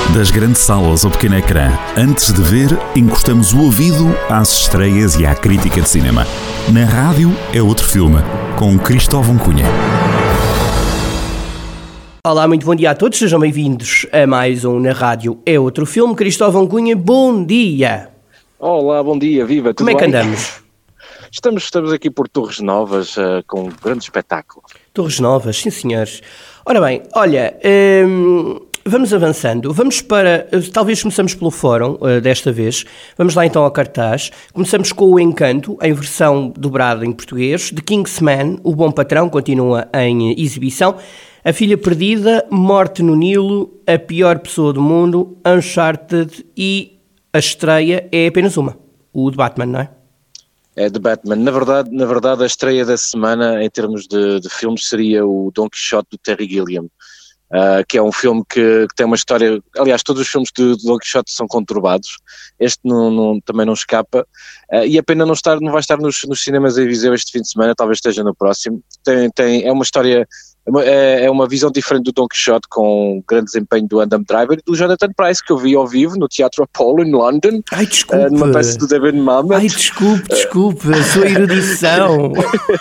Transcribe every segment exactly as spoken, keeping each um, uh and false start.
Das grandes salas ao pequeno ecrã, antes de ver, encostamos o ouvido às estreias e à crítica de cinema. Na rádio é outro filme, com Cristóvão Cunha. Olá, muito bom dia a todos, sejam bem-vindos a mais um Na Rádio é Outro Filme. Cristóvão Cunha, bom dia! Olá, bom dia, viva, tudo bem? Como é que andamos? Estamos, estamos aqui por Torres Novas, uh, com um grande espetáculo. Torres Novas, sim senhores. Ora bem, olha, hum, vamos avançando, vamos para, talvez começamos pelo fórum, uh, desta vez, vamos lá então ao cartaz, começamos com o Encanto, em versão dobrada em português, The Kingsman, O Bom Patrão, continua em exibição, A Filha Perdida, Morte no Nilo, A Pior Pessoa do Mundo, Uncharted e a estreia é apenas uma, o de Batman, não é? É de Batman. Na verdade, na verdade, a estreia da semana, em termos de, de filmes, seria o Don Quixote do Terry Gilliam, uh, que é um filme que, que tem uma história... Aliás, todos os filmes de, de Don Quixote são conturbados. Este não, não, também não escapa. Uh, e a pena não, estar, não vai estar nos, nos cinemas em Viseu este fim de semana, talvez esteja no próximo. Tem, tem, é uma história... É uma visão diferente do Don Quixote, com um grande desempenho do Adam Driver e do Jonathan Pryce, que eu vi ao vivo no Teatro Apollo em London. Ai, desculpe. Uh, numa peça do David Mamet. Ai, desculpe, desculpe, a sua erudição.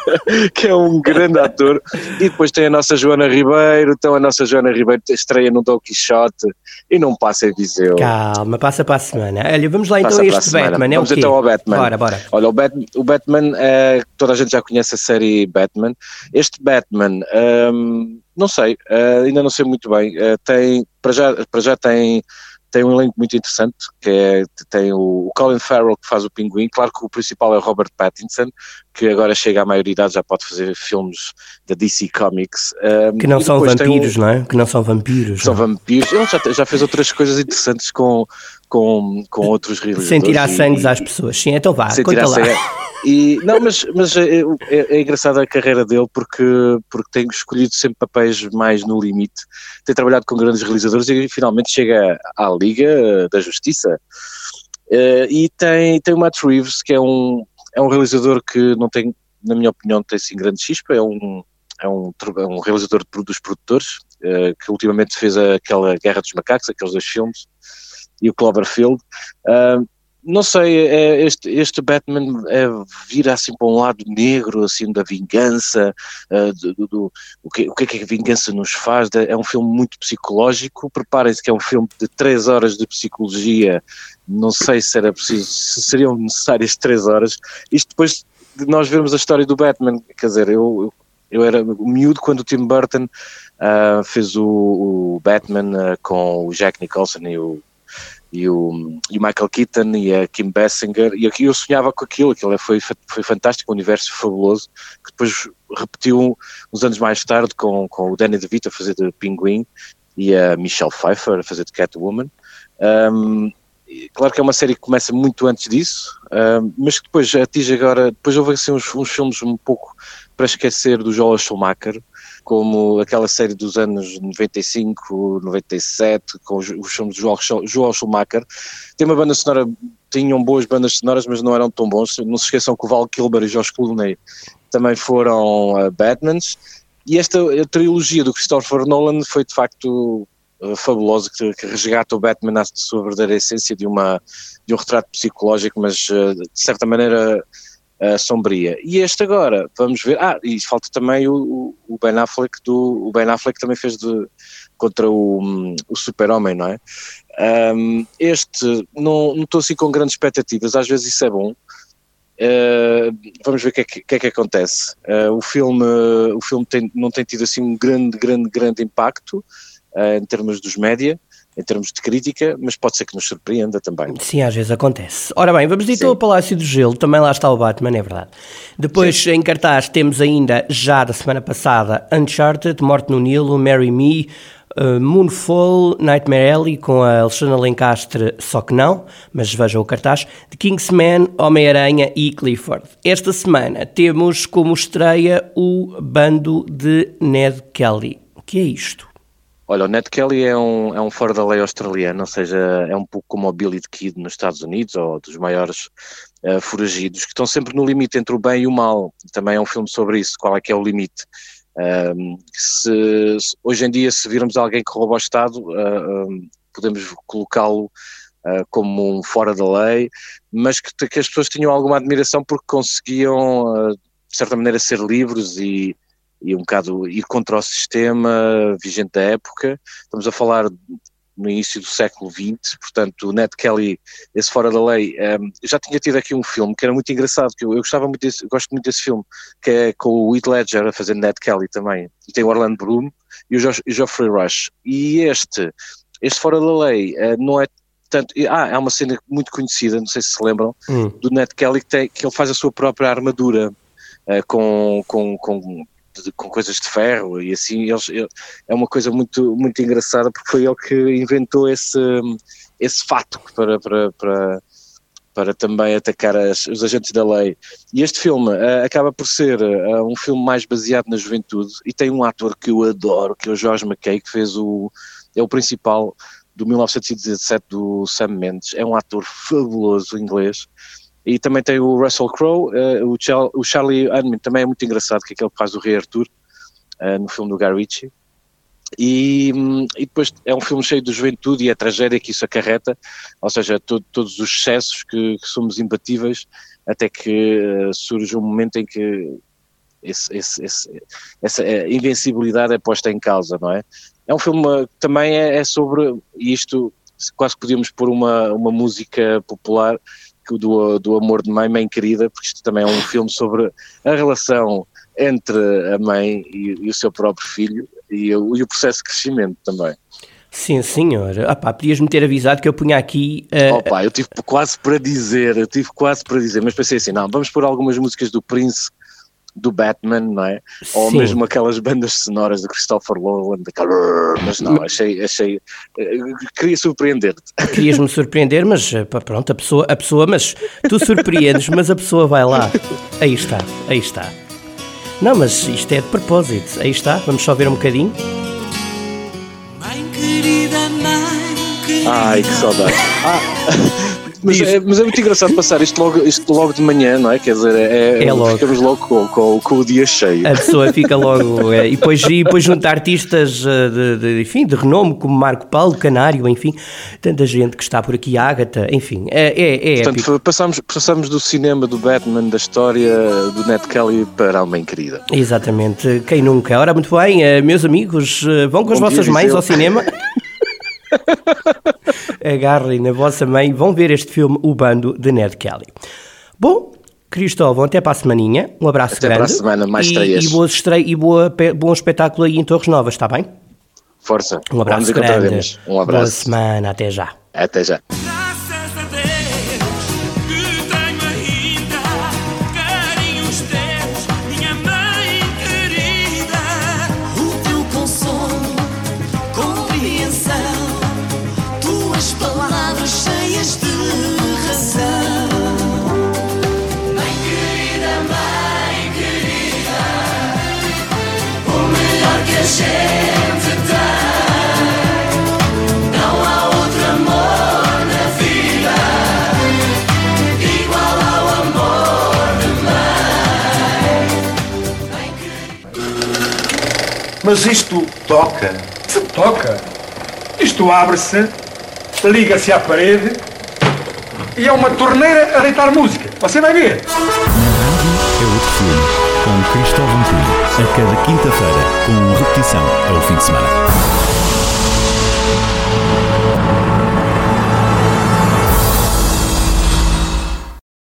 Que é um grande ator. E depois tem a nossa Joana Ribeiro, então a nossa Joana Ribeiro estreia no Don Quixote e não passa em Viseu. Calma, passa para a semana. Olha, vamos lá passa então a este Batman, é vamos o quê? então ao Batman. Bora, bora. Olha, o Batman, o Batman é, toda a gente já conhece a série Batman. Este Batman... Um, não sei, uh, ainda não sei muito bem, uh, tem, para já, para já tem, tem um elenco muito interessante, que é, tem o, o Colin Farrell que faz o Pinguim, claro que o principal é o Robert Pattinson, que agora chega à maioridade, já pode fazer filmes da D C Comics. Um, que não são vampiros, um, não é? Que não são vampiros. São não. vampiros, ele já, já fez outras coisas interessantes com, com, com outros realizadores. Sem tirar sangue às pessoas, sim, então vá, conta lá. Sangue. E, não, mas, mas é, é, é engraçada a carreira dele porque, porque tem escolhido sempre papéis mais no limite, tem trabalhado com grandes realizadores e finalmente chega à Liga da Justiça. Uh, e tem, tem o Matt Reeves, que é um, é um realizador que não tem, na minha opinião, tem assim grande chispa, é um, é um, é um realizador dos produtores, uh, que ultimamente fez aquela Guerra dos Macacos, aqueles dois filmes, e o Cloverfield. Uh, Não sei, é, este, este Batman é, vira assim para um lado negro, assim, da vingança, uh, do, do, do, o, que, o que é que a vingança nos faz. É um filme muito psicológico, preparem-se que é um filme de três horas de psicologia, não sei se era preciso, se seriam necessárias três horas, isto depois de nós vermos a história do Batman, quer dizer, eu, eu era miúdo quando o Tim Burton uh, fez o, o Batman uh, com o Jack Nicholson e o E o, e o Michael Keaton e a Kim Basinger, e aqui eu sonhava com aquilo, aquilo foi, foi fantástico, um universo fabuloso, que depois repetiu uns anos mais tarde com, com o Danny DeVito a fazer de Pinguim e a Michelle Pfeiffer a fazer de Catwoman. Um, claro que é uma série que começa muito antes disso, um, mas que depois atinge agora, depois houve assim uns, uns filmes um pouco para esquecer do Joel Schumacher, como aquela série dos anos noventa e cinco, noventa e sete, com os, os filmes de Joel, Joel Schumacher. Tem uma banda sonora, tinham boas bandas sonoras, mas não eram tão bons. Não se esqueçam que o Val Kilmer e o George Clooney também foram uh, Batmans. E esta a trilogia do Christopher Nolan foi de facto uh, fabulosa, que, que resgata o Batman na sua verdadeira essência de, uma, de um retrato psicológico, mas uh, de certa maneira... Uh, sombria. E este agora, vamos ver, ah, e falta também o, o Ben Affleck, do, o Ben Affleck também fez de, contra o, o Super-Homem, não é? Um, este, não estou assim com grandes expectativas, às vezes isso é bom. Uh, vamos ver o que é que, que, é que acontece. Uh, o filme, o filme tem, não tem tido assim um grande, grande, grande impacto uh, em termos dos média, em termos de crítica, mas pode ser que nos surpreenda também. Sim, às vezes acontece. Ora bem, vamos então ao Palácio do Gelo, também lá está o Batman, é verdade. Depois, Sim. em cartaz, temos ainda, já da semana passada, Uncharted, Morte no Nilo, Marry Me, uh, Moonfall, Nightmare Alley, com a Alexandra Lencastre, só que não, mas vejam o cartaz, The Kingsman, Homem-Aranha e Clifford. Esta semana temos como estreia o Bando de Ned Kelly. O que é isto? Olha, o Ned Kelly é um, é um fora da lei australiano, ou seja, é um pouco como o Billy the Kid nos Estados Unidos, ou dos maiores uh, foragidos, que estão sempre no limite entre o bem e o mal. Também é um filme sobre isso, qual é que é o limite. Um, se, se, hoje em dia, se virmos alguém que rouba o Estado, uh, um, podemos colocá-lo uh, como um fora da lei, mas que, que as pessoas tinham alguma admiração porque conseguiam, uh, de certa maneira, ser livres e, e um bocado ir contra o sistema vigente da época. Estamos a falar no início do século vinte, portanto o Ned Kelly, esse fora da lei, um, já tinha tido aqui um filme que era muito engraçado, que eu, eu gostava muito desse, gosto muito desse filme, que é com o Heath Ledger a fazer Ned Kelly também, e tem o Orlando Bloom e o, jo- e o Geoffrey Rush, e este, este fora da lei uh, não é tanto, ah, há uma cena muito conhecida, não sei se se lembram, hum. do Ned Kelly, que, tem, que ele faz a sua própria armadura, uh, com, com, com De, com coisas de ferro e assim, eles, ele, é uma coisa muito, muito engraçada porque foi ele que inventou esse, esse fato para, para, para, para também atacar as, os agentes da lei. E este filme uh, acaba por ser uh, um filme mais baseado na juventude e tem um ator que eu adoro, que é o George McKay, que fez o, é o principal do mil novecentos e dezassete do Sam Mendes, é um ator fabuloso inglês. E também tem o Russell Crowe, uh, o, Char- o Charlie Hunnam também é muito engraçado, que é aquele que faz o Rei Arthur, uh, no filme do Guy Ritchie. E, e depois é um filme cheio de juventude e a tragédia que isso acarreta, ou seja, to- todos os excessos que, que somos imbatíveis, até que uh, surge um momento em que esse, esse, esse, essa invencibilidade é posta em causa, não é? É um filme que também é, é sobre, e isto quase podíamos pôr uma, uma música popular, Do, do amor de mãe, mãe querida, porque isto também é um filme sobre a relação entre a mãe e, e o seu próprio filho e o, e o processo de crescimento também. Sim, senhor. Ah, pá, podias-me ter avisado que eu punha aqui... Uh... Oh, pá, eu tive quase para dizer, eu tive quase para dizer, mas pensei assim, não, vamos pôr algumas músicas do Prince, do Batman, não é? Sim. Ou mesmo aquelas bandas sonoras de Christopher Nolan, mas não, achei, achei, queria surpreender-te. Querias-me surpreender, mas pronto, a pessoa, a pessoa, mas tu surpreendes, mas a pessoa vai lá. Aí está, aí está. Não, mas isto é de propósito, aí está, vamos só ver um bocadinho. Mãe querida, mãe querida. Ai, que saudade. Ah... Mas é, mas é muito engraçado passar isto logo, isto logo de manhã, não é? Quer dizer, é, é logo. Ficamos logo com, com, com o dia cheio. A pessoa fica logo... É, e, depois, e depois junta artistas de, de, enfim, de renome, como Marco Paulo, Canário, enfim, tanta gente que está por aqui, Ágata, enfim, é, é, é Portanto, foi, passamos, passamos do cinema do Batman, da história do Ned Kelly para a mãe querida. Exatamente, quem nunca? Ora, muito bem, meus amigos, vão com as Bom vossas dia, mães ao cinema... Agarrem na vossa mãe, vão ver este filme, O Bando, de Ned Kelly. Bom, Cristóvão, até para a semaninha, um abraço até grande. Até para a semana, mais e, estreias. E, boas estre... e boa, bom espetáculo aí em Torres Novas, está bem? Força. Um abraço grande. Um abraço. Boa semana, até já. Até já. Mas isto toca? Se toca. Isto abre-se, liga-se à parede e é uma torneira a deitar música. Você vai ver. Na rádio é outro filme, com Cristóvão Cunha, a cada quinta-feira, com repetição ao fim de semana.